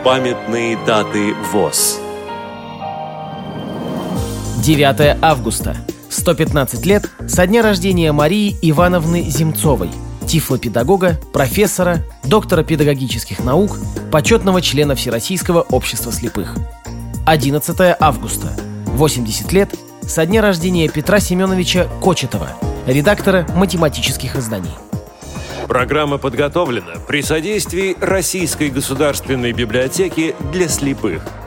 Памятные даты ВОС. 9 августа. 115 лет со дня рождения Марии Ивановны Земцовой, тифлопедагога, профессора, доктора педагогических наук, почетного члена Всероссийского общества слепых. 11 августа. 80 лет со дня рождения Петра Семеновича Кочетова, редактора математических изданий. Программа подготовлена при содействии Российской государственной библиотеки для слепых.